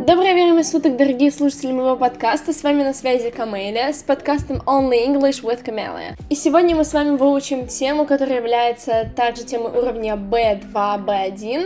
Доброе время суток, дорогие слушатели моего подкаста. С вами на связи Камелия с подкастом Only English with Camelia. И сегодня мы с вами выучим тему, которая является также темой уровня B2, B1.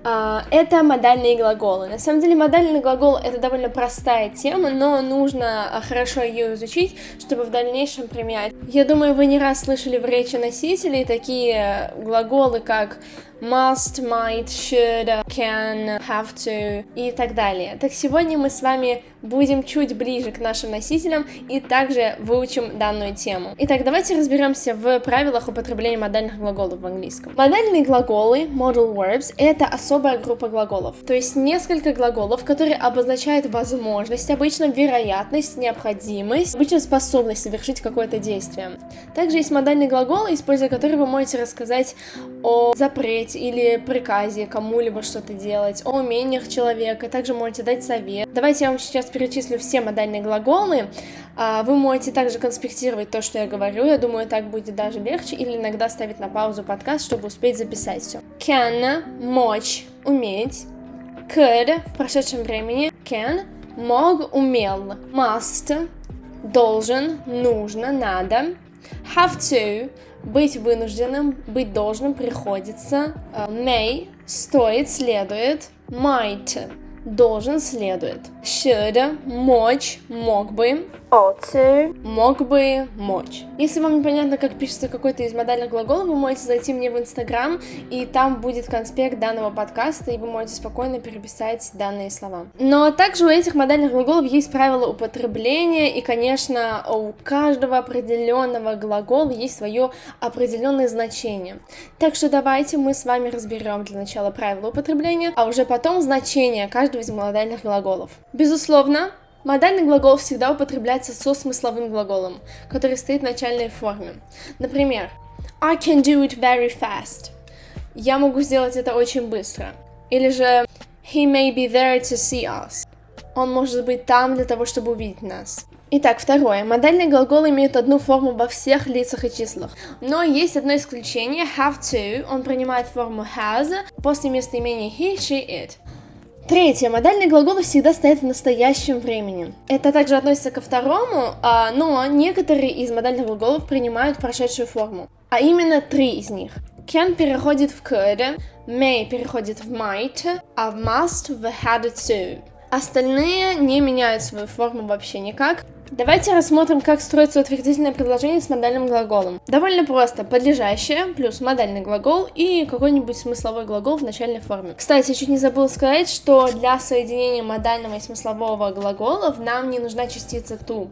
Это модальные глаголы. На самом деле модальный глагол — это довольно простая тема, но нужно хорошо ее изучить, чтобы в дальнейшем применять. Я думаю, вы не раз слышали в речи носителей такие глаголы, как must, might, should, can, have to и так далее. Так сегодня мы с вами будем чуть ближе к нашим носителям и также выучим данную тему. Итак, давайте разберемся в правилах употребления модальных глаголов в английском. Модальные глаголы, modal verbs, это особая группа глаголов, то есть несколько глаголов, которые обозначают возможность, обычно вероятность, необходимость, обычно способность совершить какое-то действие. Также есть модальные глаголы, используя которые вы можете рассказать о запрете или приказе кому-либо что-то делать, о умениях человека, также можете дать совет. Давайте я вам сейчас перечислю все модальные глаголы. Вы можете также конспектировать то, что я говорю, я думаю, так будет даже легче, или иногда ставить на паузу подкаст, чтобы успеть записать все. Can — мочь, уметь. Could — в прошедшем времени. Can — мог, умел. Must — должен, нужно, надо. Have to — быть вынужденным, быть должным, приходится. May — стоит, следует. Might — должен, следует. Should — мочь, мог бы. Ought to — мог бы, мочь. Если вам непонятно, как пишется какой-то из модальных глаголов, вы можете зайти мне в Инстаграм, и там будет конспект данного подкаста, и вы можете спокойно переписать данные слова. Но также у этих модальных глаголов есть правила употребления, и, конечно, у каждого определенного глагола есть свое определенное значение. Так что давайте мы с вами разберем для начала правила употребления, а уже потом значение каждого из модальных глаголов. Безусловно, модальный глагол всегда употребляется со смысловым глаголом, который стоит в начальной форме. Например, I can do it very fast. Я могу сделать это очень быстро. Или же He may be there to see us. Он может быть там для того, чтобы увидеть нас. Итак, второе. Модальные глаголы имеют одну форму во всех лицах и числах. Но есть одно исключение. Have to. Он принимает форму has после местоимения he, she, it. Третье. Модальные глаголы всегда стоят в настоящем времени. Это также относится ко второму, но некоторые из модальных глаголов принимают прошедшую форму. А именно 3 из них. Can переходит в could, may переходит в might, а в must в had to. Остальные не меняют свою форму вообще никак. Давайте рассмотрим, как строится утвердительное предложение с модальным глаголом. Довольно просто. Подлежащее плюс модальный глагол и какой-нибудь смысловой глагол в начальной форме. Кстати, чуть не забыла сказать, что для соединения модального и смыслового глаголов нам не нужна частица to.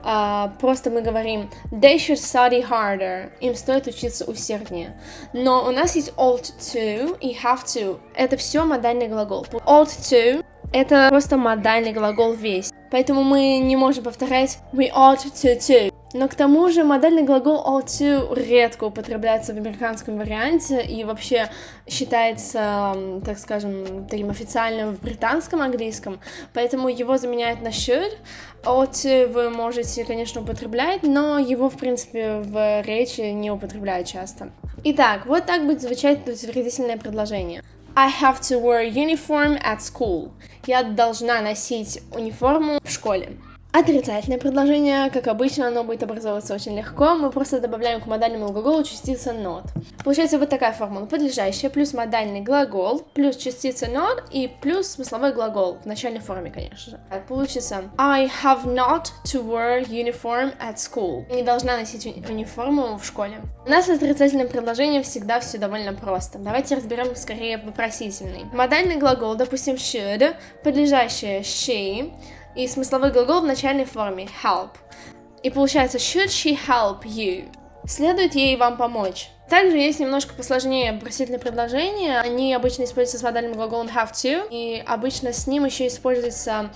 Просто мы говорим they should study harder. Им стоит учиться усерднее. Но у нас есть ought to и have to. Это все модальный глагол. Ought to — это просто модальный глагол весь. Поэтому мы не можем повторять we ought to. Но к тому же модальный глагол ought to редко употребляется в американском варианте и вообще считается, так скажем, таким официальным в британском английском. Поэтому его заменяют на should. Ought to вы можете, конечно, употреблять, но его, в принципе, в речи не употребляют часто. Итак, вот так будет звучать утвердительное предложение. I have to wear uniform at school. Я должна носить униформу в школе. Отрицательное предложение, как обычно, оно будет образовываться очень легко. Мы просто добавляем к модальному глаголу частицу not. Получается вот такая формула. Подлежащее плюс модальный глагол, плюс частица not и плюс смысловой глагол. В начальной форме, конечно же. Так, получится I have not to wear uniform at school. Не должна носить униформу в школе. У нас с отрицательным предложением всегда все довольно просто. Давайте разберем скорее вопросительный. Модальный глагол, допустим, should, подлежащее she, и смысловой глагол в начальной форме help. И получается should she help you? Следует ей вам помочь. Также есть немножко посложнее вопросительные предложения. Они обычно используются с модальным глаголом have to. И обычно с ним еще используется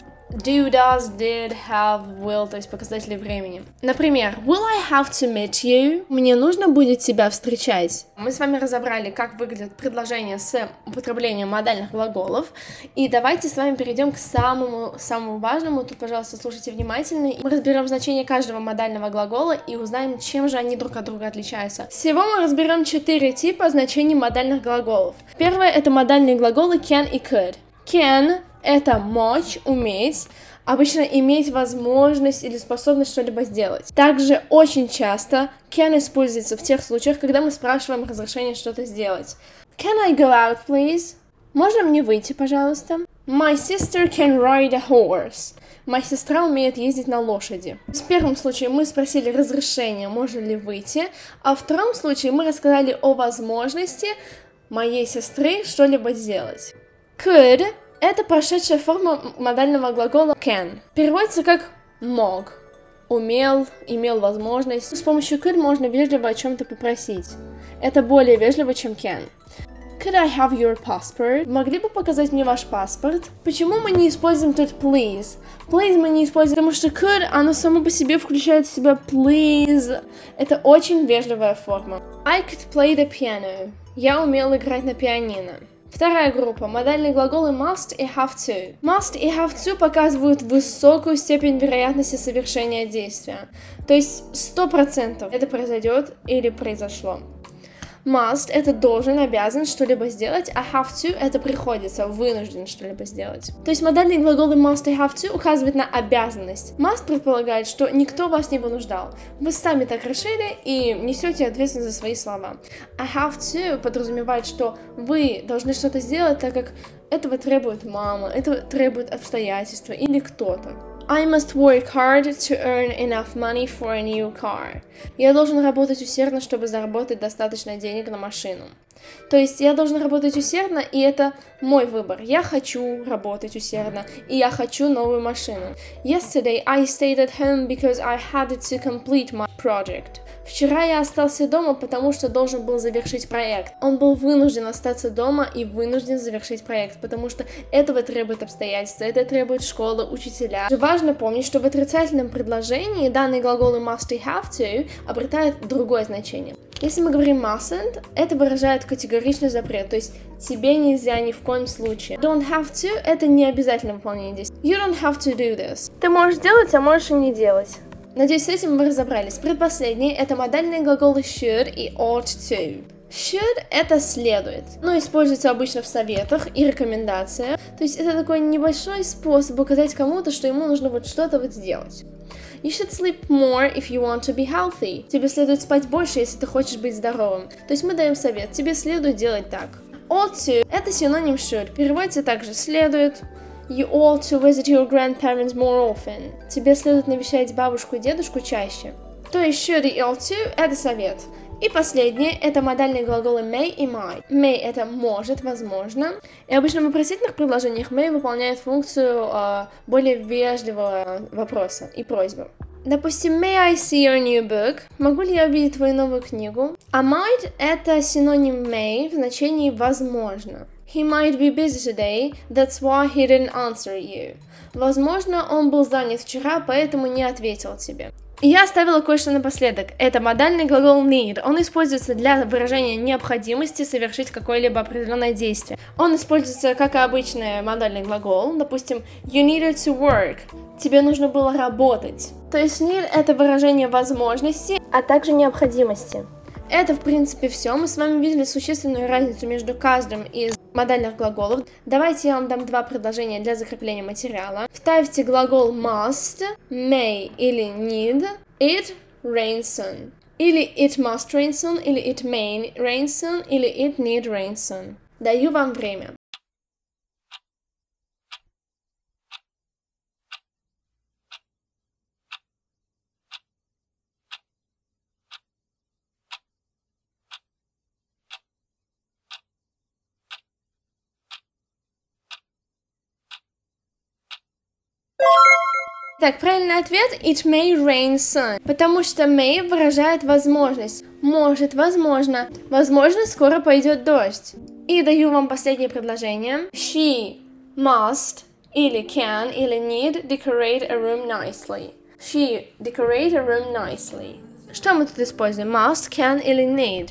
do, does, did, have, will, то есть показатели времени. Например, will I have to meet you? Мне нужно будет тебя встречать. Мы с вами разобрали, как выглядят предложения с употреблением модальных глаголов. И давайте с вами перейдем к самому важному. Тут, пожалуйста, слушайте внимательно. Мы разберем значение каждого модального глагола и узнаем, чем же они друг от друга отличаются. Всего мы разберем 4 типа значений модальных глаголов. Первое — это модальные глаголы can и could. Can — это мочь, уметь, обычно иметь возможность или способность что-либо сделать. Также очень часто can используется в тех случаях, когда мы спрашиваем разрешение что-то сделать. Can I go out, please? Можно мне выйти, пожалуйста? My sister can ride a horse. Моя сестра умеет ездить на лошади. В первом случае мы спросили разрешение, можно ли выйти, а в втором случае мы рассказали о возможности моей сестры что-либо сделать. Could – это прошедшая форма модального глагола can. Переводится как мог, умел, имел возможность. С помощью could можно вежливо о чем-то попросить. Это более вежливо, чем can. Could I have your passport? Могли бы показать мне ваш паспорт? Почему мы не используем тут please? Please мы не используем, потому что could, оно само по себе включает в себя please. Это очень вежливая форма. I could play the piano. Я умел играть на пианино. Вторая группа. Модальные глаголы must и have to. Must и have to показывают высокую степень вероятности совершения действия. То есть 100% это произойдет или произошло. Must – это должен, обязан что-либо сделать, а have to – это приходится, вынужден что-либо сделать. То есть модальные глаголы must и have to указывают на обязанность. Must предполагает, что никто вас не вынуждал. Вы сами так решили и несете ответственность за свои слова. А have to подразумевает, что вы должны что-то сделать, так как этого требует мама, этого требует обстоятельства или кто-то. I must work hard to earn enough money for a new car. Я должен работать усердно, чтобы заработать достаточно денег на машину. То есть я должен работать усердно, и это мой выбор. Я хочу работать усердно, и я хочу новую машину. Yesterday I stayed at home because I had to complete my project. Вчера я остался дома, потому что должен был завершить проект. Он был вынужден остаться дома и вынужден завершить проект, потому что этого требует обстоятельства, это требует школа, учителя. Важно помнить, что в отрицательном предложении данные глаголы must и have to обретают другое значение. Если мы говорим mustn't, это выражает категоричный запрет, то есть тебе нельзя ни в коем случае. Don't have to – это не обязательное выполнение действия. You don't have to do this. Ты можешь делать, а можешь и не делать. Надеюсь, с этим мы разобрались. Предпоследний – это модальные глаголы should и ought to. Should – это следует, но используется обычно в советах и рекомендациях. То есть это такой небольшой способ указать кому-то, что ему нужно вот что-то вот сделать. You should sleep more if you want to be healthy. Тебе следует спать больше, если ты хочешь быть здоровым. То есть мы даем совет, тебе следует делать так. Ought to – это синоним should, переводится также следует. You ought to visit your grandparents more often. Тебе следует навещать бабушку и дедушку чаще. То есть should и ought to – это совет. И последнее – это модальные глаголы may и might. May – это может, возможно. И обычно в вопросительных предложениях may выполняет функцию более вежливого вопроса и просьбы. Допустим, may I see your new book? Могу ли я увидеть твою новую книгу? А might – это синоним may в значении возможно. He might be busy today, that's why he didn't answer you. Возможно, он был занят вчера, поэтому не ответил тебе. И я оставила кое-что напоследок. Это модальный глагол need. Он используется для выражения необходимости совершить какое-либо определенное действие. Он используется как и обычный модальный глагол. Допустим, you needed to work. Тебе нужно было работать. То есть need – это выражение возможности, а также необходимости. Это, в принципе, все. Мы с вами видели существенную разницу между каждым из модальных глаголов. Давайте я вам дам два предложения для закрепления материала. Вставьте глагол must, may или need, it rain soon. Или it must rain soon, или it may rain soon, или it need rain soon. Даю вам время. Так, правильный ответ it may rain soon, потому что may выражает возможность. Может, возможно. Возможно, скоро пойдет дождь. И даю вам последнее предложение. She must или can или need decorate a room nicely. She decorate a room nicely. Что мы тут используем? Must, can или need?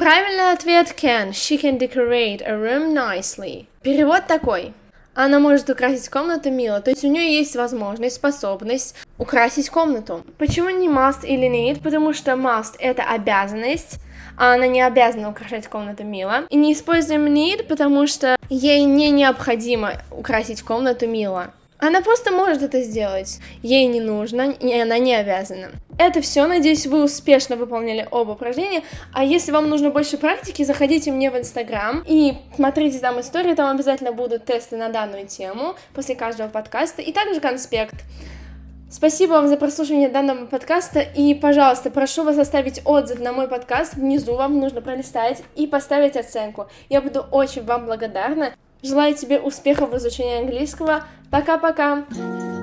Правильный ответ can. She can decorate a room nicely. Перевод такой. Она может украсить комнату мило, то есть у нее есть возможность, способность украсить комнату. Почему не must или need? Потому что must — это обязанность, а она не обязана украшать комнату мило. И не используем need, потому что ей не необходимо украсить комнату мило. Она просто может это сделать. Ей не нужно, и она не обязана. Это все. Надеюсь, вы успешно выполняли оба упражнения. А если вам нужно больше практики, заходите мне в Инстаграм и смотрите там истории. Там обязательно будут тесты на данную тему после каждого подкаста. И также конспект. Спасибо вам за прослушивание данного подкаста. И, пожалуйста, прошу вас оставить отзыв на мой подкаст. Внизу вам нужно пролистать и поставить оценку. Я буду очень вам благодарна. Желаю тебе успехов в изучении английского. Пока-пока!